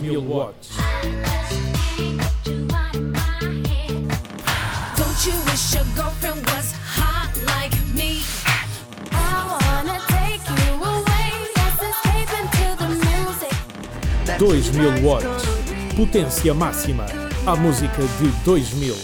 2000 watts. Don't you wish your girlfriend was hot like me? I wanna take you away, let's escape into the music. 2000 watts. Potência máxima. A música de 2000.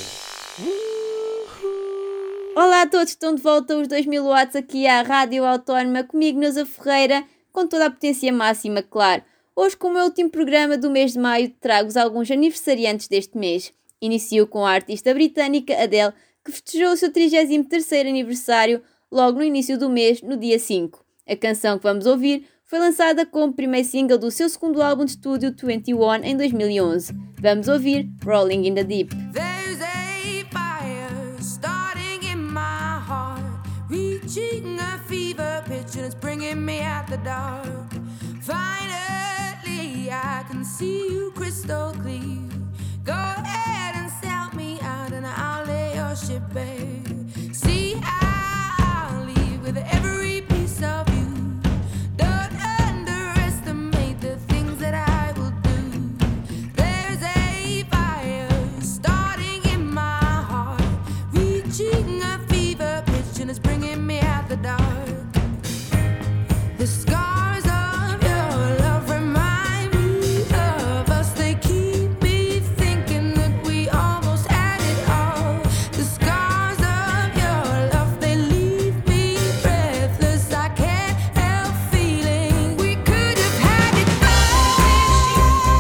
Olá a todos, estão de volta os 2000 watts aqui à Rádio Autónoma, comigo Neuza Ferreira, com toda a potência máxima, claro. Hoje, como é o último programa do mês de maio, trago-vos alguns aniversariantes deste mês. Inicio com a artista britânica Adele, que festejou o seu 33º aniversário logo no início do mês, no dia 5. A canção que vamos ouvir foi lançada como primeiro single do seu segundo álbum de estúdio 21 em 2011. Vamos ouvir Rolling in the Deep. There's a fire starting in my heart, reaching a fever pitch and it's bringing me out the dark. Finally, I can see you crystal clear. Go ahead and sell me out and I'll lay your ship bare. See, I'll leave with every piece of you. Don't underestimate the things that I will do. There's a fire starting in my heart, reaching a fever pitch and it's bringing me out the dark. The scars of your love remind me of us. They keep me thinking that we almost had it all. The scars of your love, they leave me breathless. I can't help feeling we could have had it all.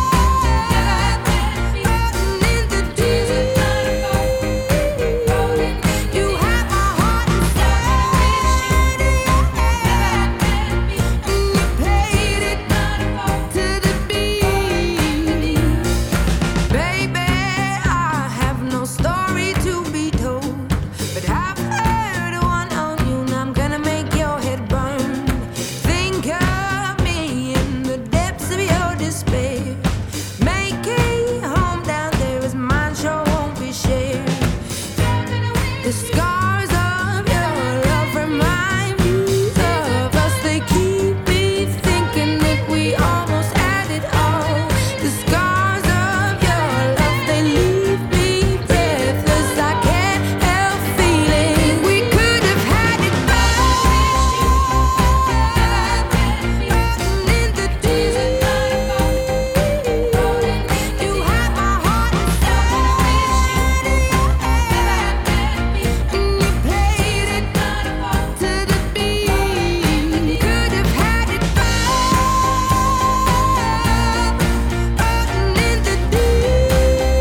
Rolling in the deep. You have my heart inside, and you played it to the beat. Baby, I have no story to be told, but I've heard one on you and I'm gonna make your head burn. Think of me in the depths of your despair. Make a home down there as mine sure won't be shared. The scars of your love remind me of us. They keep me thinking that we almost had it all. The scars of your love, they leave me breathless. I can't help feeling we could have had it all. Rolling in the deep. You have my heart inside, and you played it to the beat. Could have had it all. Rolling in the deep.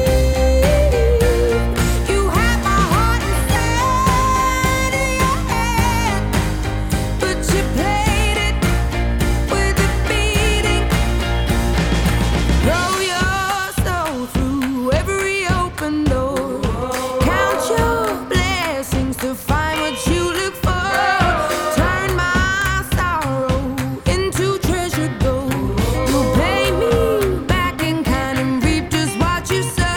You have my heart inside of your head, but you played it with a beating. Roll your soul through every open door. Count your blessings to find what you look for. Turn my sorrow into treasured gold. You'll pay me back in kind and reap just what you sow.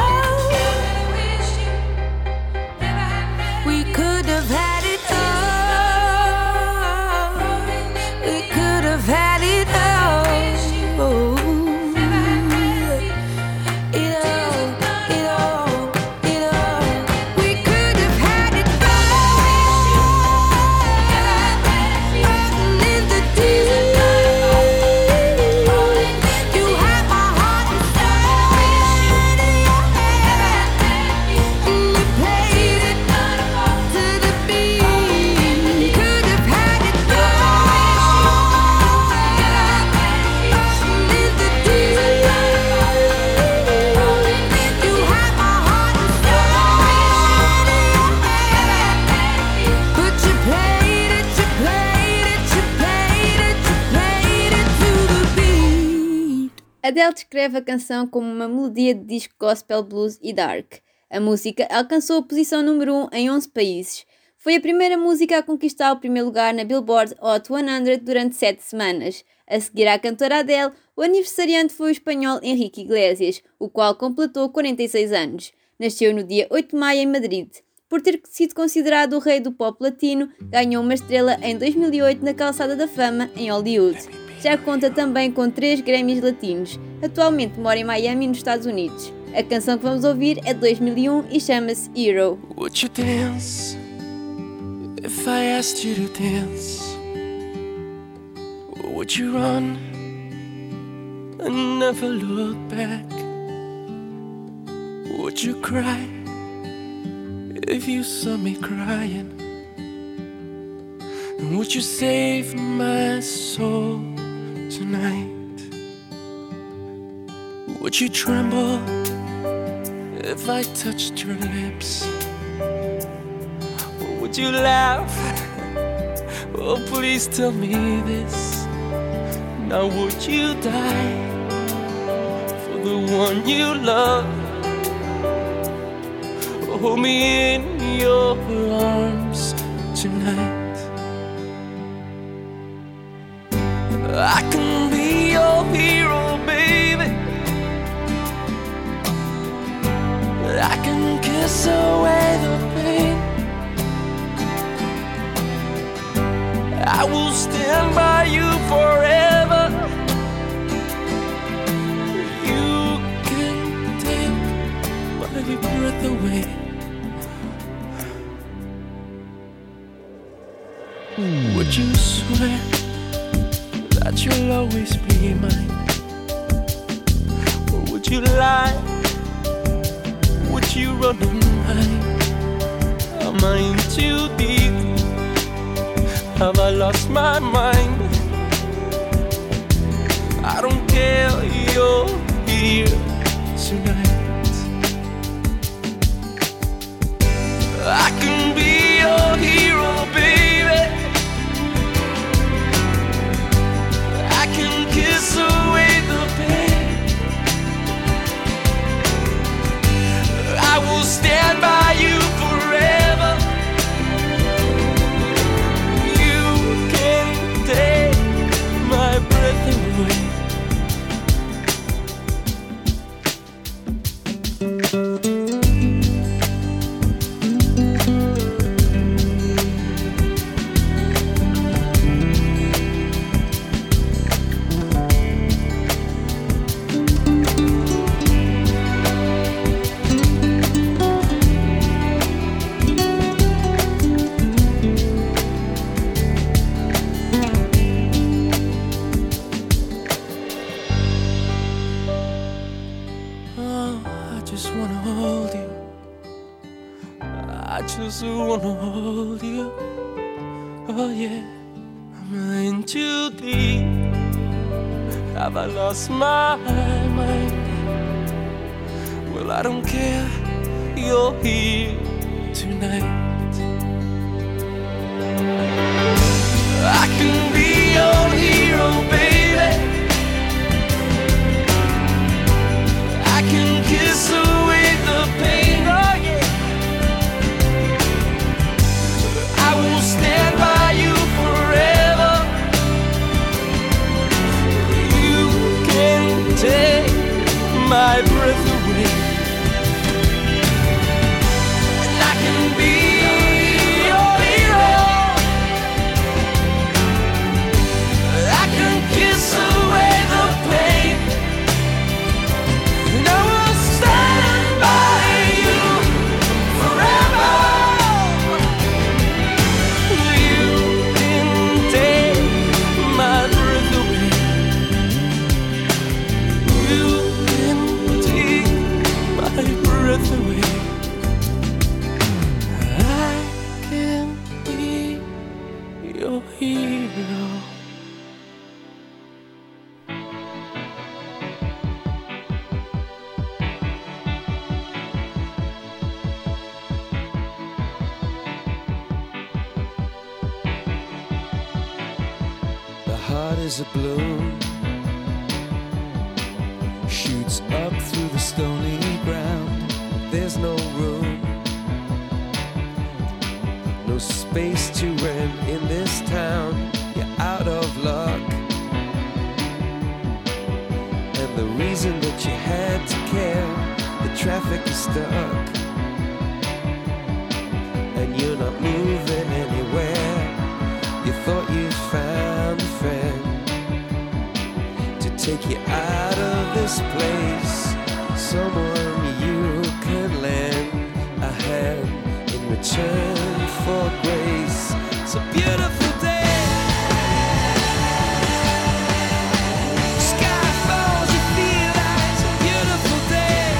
We could have had it all. We could have had it all. It all. We could have had it all. Rolling in the deep. You have my heart inside of your head, and you played it to the beat. Could have had it all. Rolling in the deep. You have my heart inside of your head, but you played it to the beat. Adele descreve a canção como uma melodia de disco gospel, blues e dark. A música alcançou a posição número 1 em 11 países. Foi a primeira música a conquistar o primeiro lugar na Billboard Hot 100 durante 7 semanas. A seguir à cantora Adele, o aniversariante foi o espanhol Enrique Iglesias, o qual completou 46 anos. Nasceu no dia 8 de maio em Madrid. Por ter sido considerado o rei do pop latino, ganhou uma estrela em 2008 na Calçada da Fama, em Hollywood. Já conta também com 3 Grammys latinos. Atualmente mora em Miami, nos Estados Unidos. A canção que vamos ouvir é de 2001 e chama-se Hero. Would you dance if I asked you to dance? Or would you run and never look back? Would you cry if you saw me crying? And would you save my soul tonight? Would you tremble if I touched your lips? Or would you laugh? Oh, please tell me this. Now would you die for the one you love? Hold me in your arms tonight. I can be your hero, baby. I can kiss away the pain. I will stand by you forever. You can take my breath away. Would you swear that you'll always be mine? Or would you lie? Would you run and hide? Am I in too deep? Have I lost my mind? I don't care, you're here tonight. I can be your hero, baby. I can kiss away the pain. I will stand by you forever. You can take my breath away. I just wanna hold you. Oh yeah, I'm in too deep. Have I lost my mind? Well, I don't care, you're here tonight. I can be your hero, baby. I can kiss away the pain, oh yeah. I will stand by you forever. You can take my breath away, and I can be your hero. I can kiss away the pain, and I will stand by you forever. You can take my breath away. You can take my breath away. I can be your hero. The heart is a balloon, shoots up through the stony ground. There's no room, no space to rent in this town. You're out of luck, and the reason that you had to care, the traffic is stuck, and you're not moving anywhere. You thought you found a friend, take you out of this place. Someone you can lend a hand in return for grace. It's a beautiful day. Sky falls, you feel like it's a beautiful day.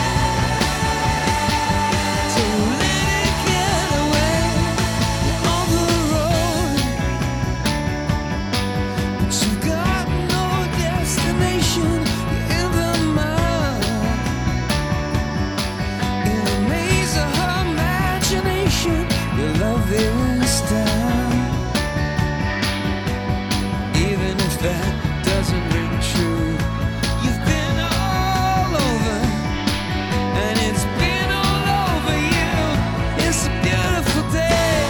Don't let it get away. You're on the road, but you've got no destination. You're in the mud, in a maze of her imagination. Your love is down. Even if that doesn't ring true, you've been all over, and it's been all over you. It's a beautiful day.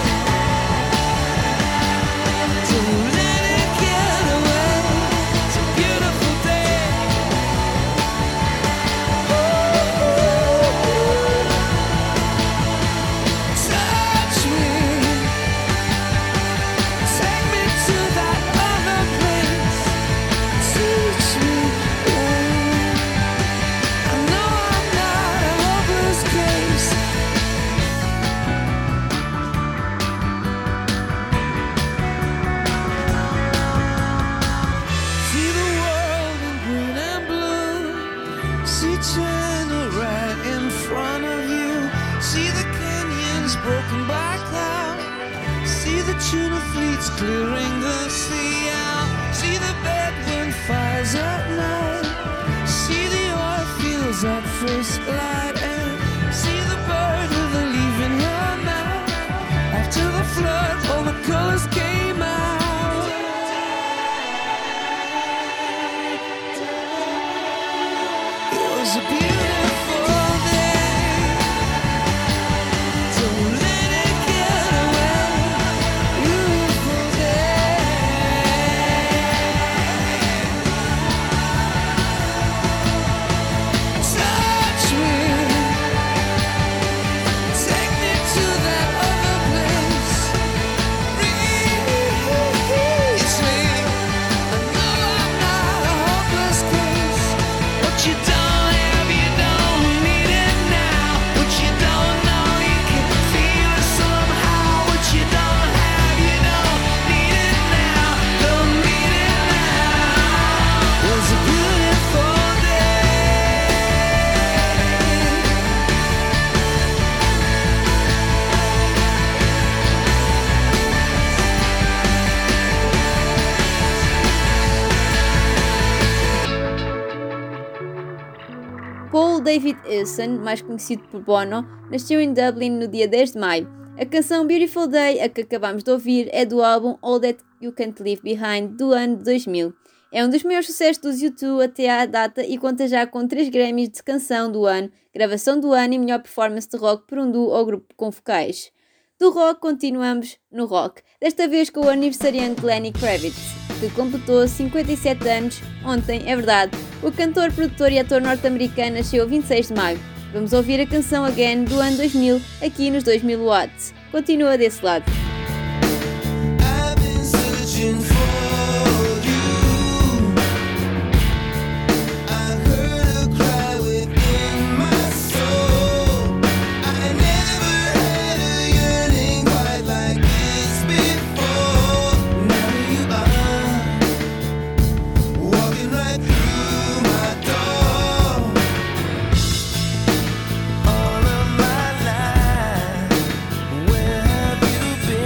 Don't let it get away. It's a beautiful day. Touch me, take me to that other place. Teach me, I know I'm not a hopeless case. See the world in green and blue. See China right in front of you. See the canyons broken by cloud. See the tuna fleets clearing the sea out. See the bedroom fires at night. See the oil fields at first light. And see the bird with a leaf in her mouth. After the flood, all the colors came out. It was a beautiful day. Don't let it get away. Beautiful day. Touch me, take me to that other place. Release me. I know I'm not a hopeless case. What you don't have, you don't need it now. What you don't know, you can feel it somehow. What you don't have, you don't need it now. Don't need it now. It was a beautiful day. Paul David Hewson, mais conhecido por Bono, nasceu em Dublin no dia 10 de maio. A canção Beautiful Day, a que acabamos de ouvir, é do álbum All That You Can't Leave Behind, do ano 2000. É um dos maiores sucessos dos U2 até à data e conta já com 3 Grammys de canção do ano, gravação do ano e melhor performance de rock por um duo ou grupo com vocais. Do rock continuamos no rock, desta vez com o aniversariante Lenny Kravitz, que completou 57 anos ontem, é verdade. O cantor, produtor e ator norte-americano nasceu 26 de maio. Vamos ouvir a canção Again do ano 2000, aqui nos 2000 watts. Continua desse lado. I've been searching for you. I heard a cry within my soul. I never had a yearning quite like this before. Now you are walking right through my door. All of my life, where have you been?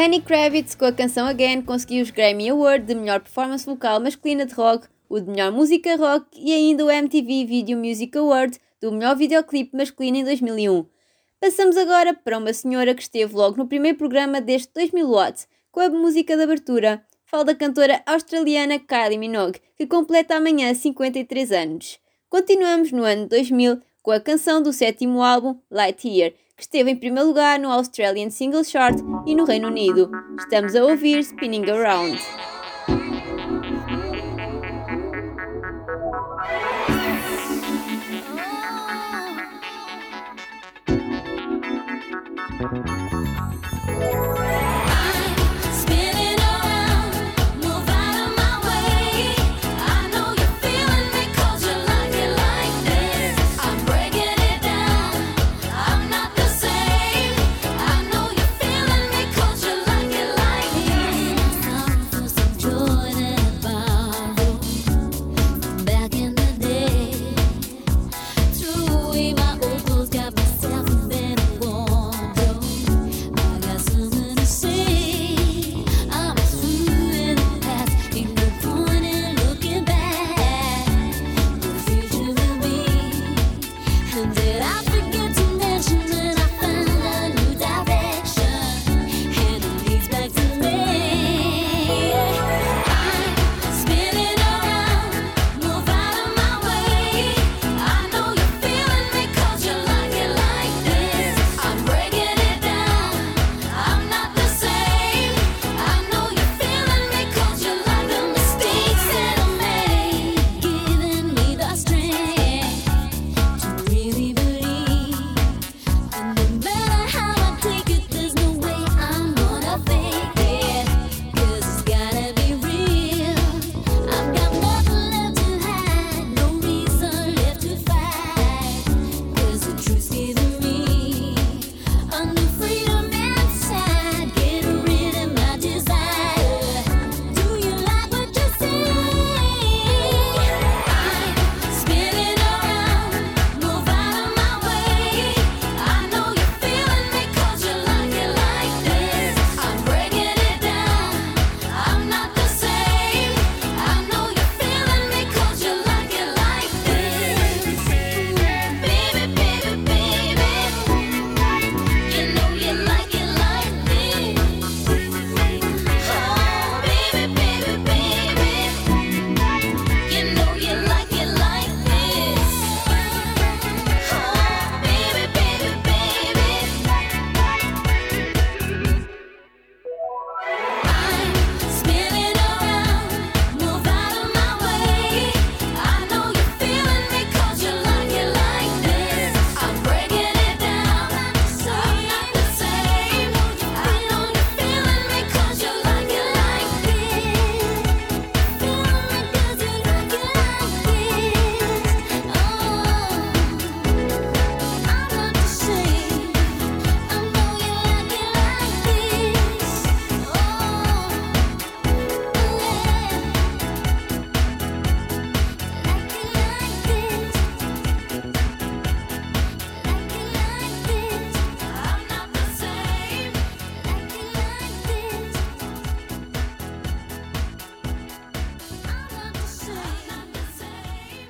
Lenny Kravitz, com a canção Again, conseguiu os Grammy Award de melhor performance vocal masculina de rock, o de melhor música rock e ainda o MTV Video Music Award do melhor videoclipe masculino em 2001. Passamos agora para uma senhora que esteve logo no primeiro programa deste 2000 Watts, com a música de abertura. Falo da cantora australiana Kylie Minogue, que completa amanhã 53 anos. Continuamos no ano 2000 com a canção do 7º álbum, Lightyear, que esteve em primeiro lugar no Australian Single Chart e no Reino Unido. Estamos a ouvir Spinning Around. Spinning around, move out of my way. I know you're feeling me 'cause you like it like this. I'm breaking it down, I'm not the same. I know you're feeling me 'cause you like it like this. Time for some joy that I borrowed back in the day. Threw away my old clothes, got myself a better wardrobe. I got something to say. I'm through in the past, ain't no point in looking back. The future will be. And did I forget to mention that I found a new direction, and it leads back to me. I'm spinning around, move out of my way. I know you're feeling me 'cause you like it like this. I'm breaking it down, I'm not the same. I know you're feeling me 'cause you like the mistakes that I made, giving me the strength to really believe. And no matter how I take it, there's no way I'm gonna fake it, 'cause it's gotta be real. I've got nothing left to hide, no reason left to fight, 'cause the truth's giving me a new freedom inside, getting rid of my desire. Do you like what you see? I'm spinning around, move out of my way. I know you're feeling me 'cause you like it like this. I'm breaking it down, I'm not the same. I know you're feeling me 'cause you like it like this. Baby, baby, baby, you know you like it like this. Oh, baby, baby, baby, you know you like it like this. Oh, baby, baby, baby, I'm spinning around, move out of my way. I know you're feeling me 'cause you like it like this. I'm breaking it down, I'm not the same. I know you're feeling me 'cause you like it like this. Feeling me 'cause you like it like this. Oh, I'm not the same. I know you like it like this. Oh, I'm not the same. Like it like this. I'm not the same.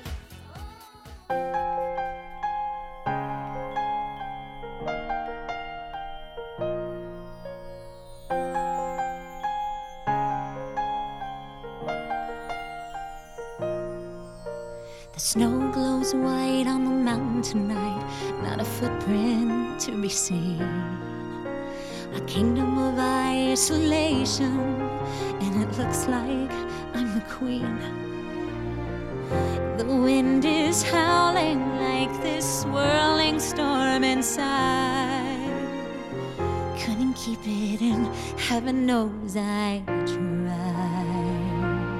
The snow glows white on the mountain tonight, not a footprint to be seen. A kingdom of isolation, and it looks like I'm the queen. The wind is howling like this swirling storm inside. Couldn't keep it in, heaven knows I tried.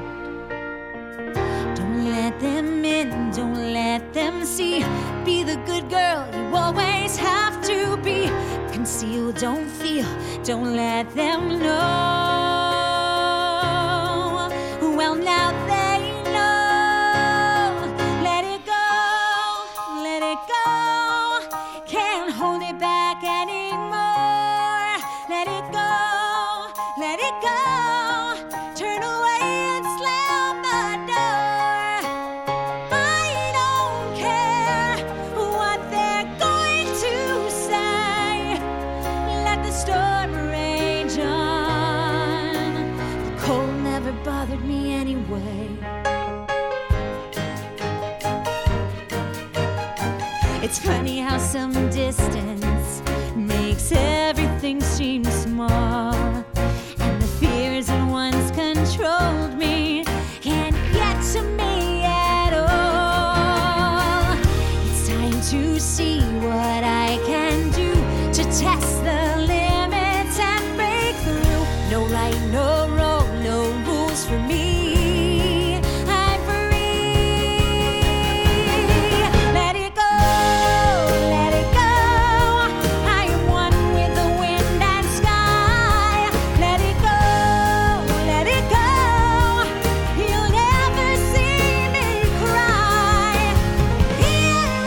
Don't let them in, don't let them see. Be the good girl you always have to be. Conceal, don't feel, don't let them know. Well, now they know. Let it go, let it go. Can't hold it back anymore. Let it go, bothered me anyway. It's funny how some distance makes everything seem small, and the fears that once controlled me can't get to me at all. It's time to see what I can do to test the limits and break through. No right, no wrong, no rules for me. I'm free. Let it go, let it go. I am one with the wind and sky. Let it go, let it go. You'll never see me cry. Here I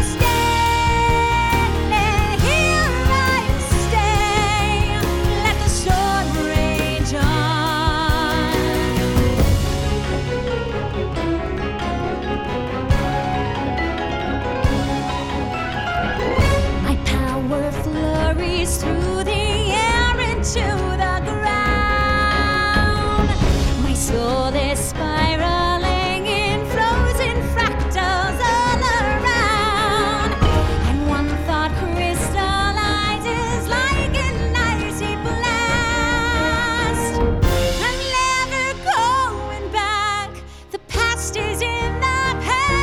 stand, and here I stay. Let the storm rage on. My power flurries through the air into the ground. My soul is spiraling in frozen fractals all around. And one thought crystallizes like an icy blast. I'm never going back. The past is in the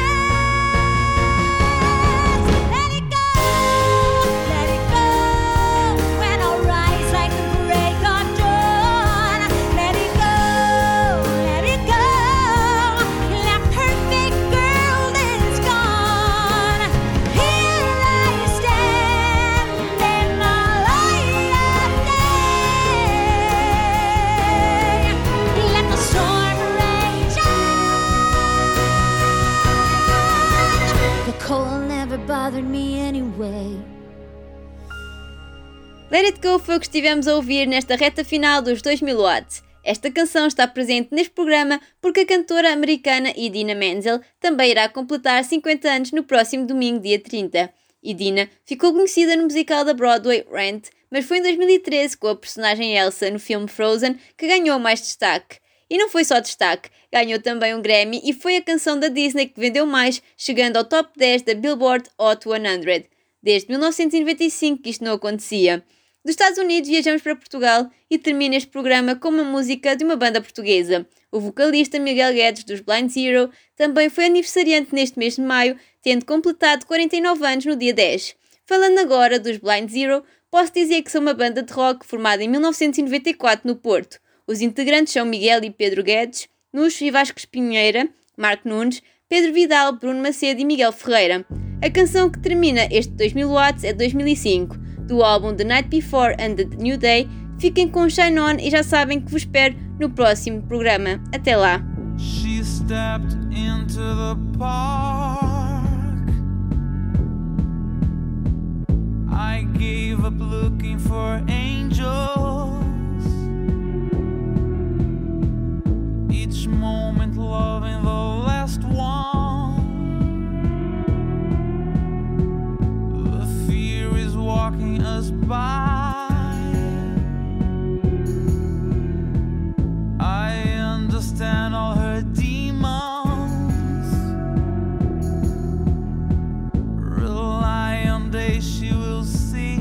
past. Let it go, let it go. When I'll rise like the break of dawn. Let it go, let it go. That perfect girl is gone. Here I stand in the light of day. Let the storm rage on. The cold never bothered me anyway. Let It Go foi o que estivemos a ouvir nesta reta final dos 2000 watts. Esta canção está presente neste programa porque a cantora americana Idina Menzel também irá completar 50 anos no próximo domingo, dia 30. Idina ficou conhecida no musical da Broadway Rent, mas foi em 2013 com a personagem Elsa no filme Frozen que ganhou mais destaque. E não foi só destaque, ganhou também um Grammy e foi a canção da Disney que vendeu mais, chegando ao top 10 da Billboard Hot 100. Desde 1995 que isto não acontecia. Dos Estados Unidos viajamos para Portugal e termina este programa com uma música de uma banda portuguesa. O vocalista Miguel Guedes, dos Blind Zero, também foi aniversariante neste mês de maio, tendo completado 49 anos no dia 10. Falando agora dos Blind Zero, posso dizer que são uma banda de rock formada em 1994 no Porto. Os integrantes são Miguel e Pedro Guedes, Nuxo e Vasco Espinheira, Marco Nunes, Pedro Vidal, Bruno Macedo e Miguel Ferreira. A canção que termina este 2000 watts é de 2005, do álbum The Night Before and the New Day. Fiquem com Shine On e já sabem que vos espero no próximo programa. Até lá! She stepped into the park. I gave up looking for angels. Each moment loving the last one. The fear is walking us by. I understand all her demons. Rely on day she will see.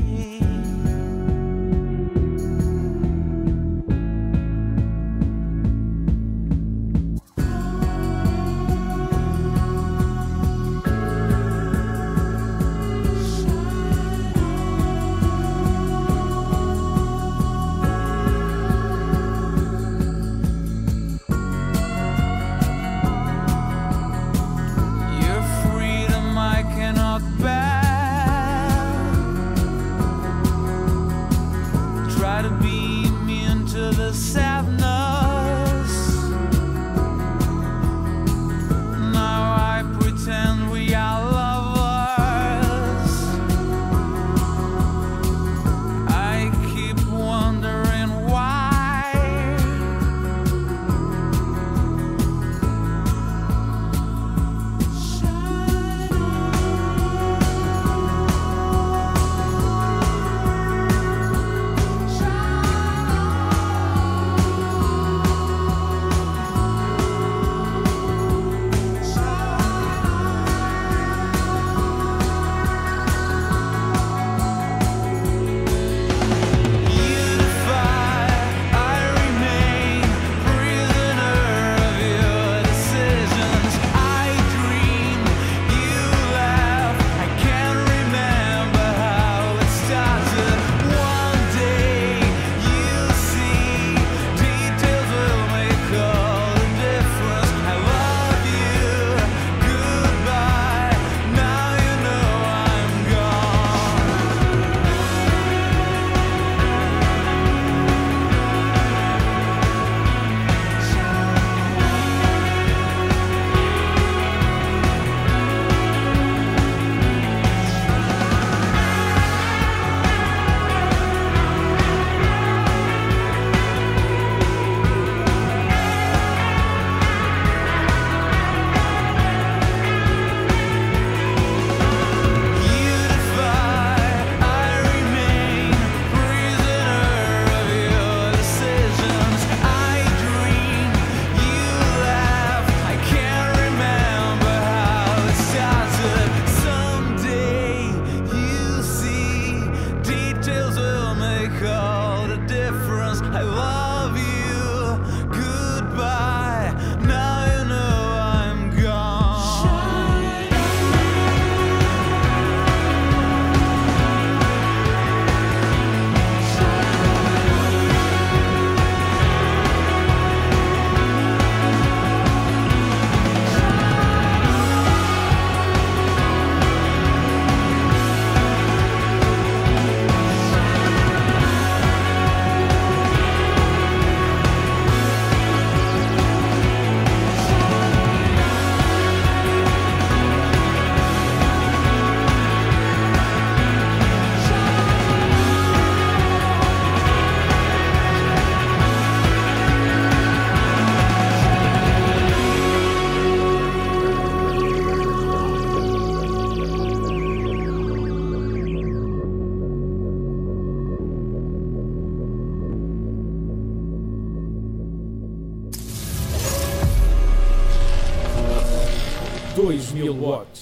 2000 watts.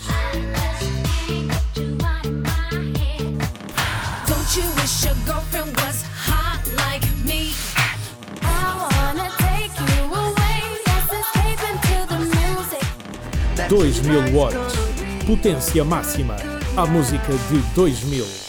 Don't you wish your girlfriend was hot like me? I wanna take you away, let's escape into the music. 2000 watts. Potência máxima. A música de 2000.